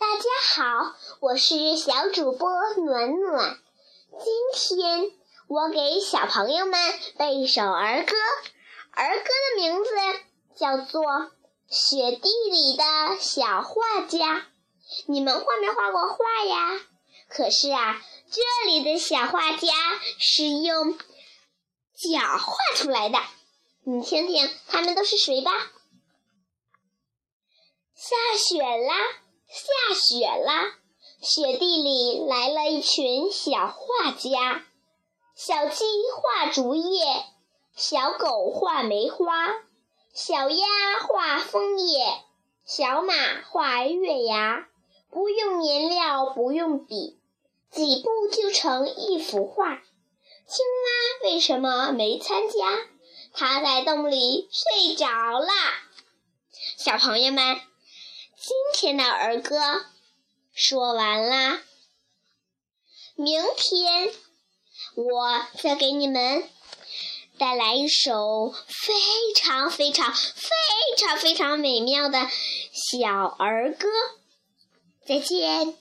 大家好，我是小主播暖暖。今天我给小朋友们背一首儿歌，儿歌的名字叫做《雪地里的小画家》。你们画没画过画呀？可是这里的小画家是用脚画出来的，你听听他们都是谁吧。下雪啦，下雪啦，雪地里来了一群小画家。小鸡画竹叶，小狗画梅花，小鸭画枫叶，小马画月牙。不用颜料，不用笔，几步就成一幅画。青蛙为什么没参加？它在洞里睡着啦。小朋友们，今天的儿歌说完啦，明天我再给你们带来一首非常非常非常非常美妙的小儿歌。再见。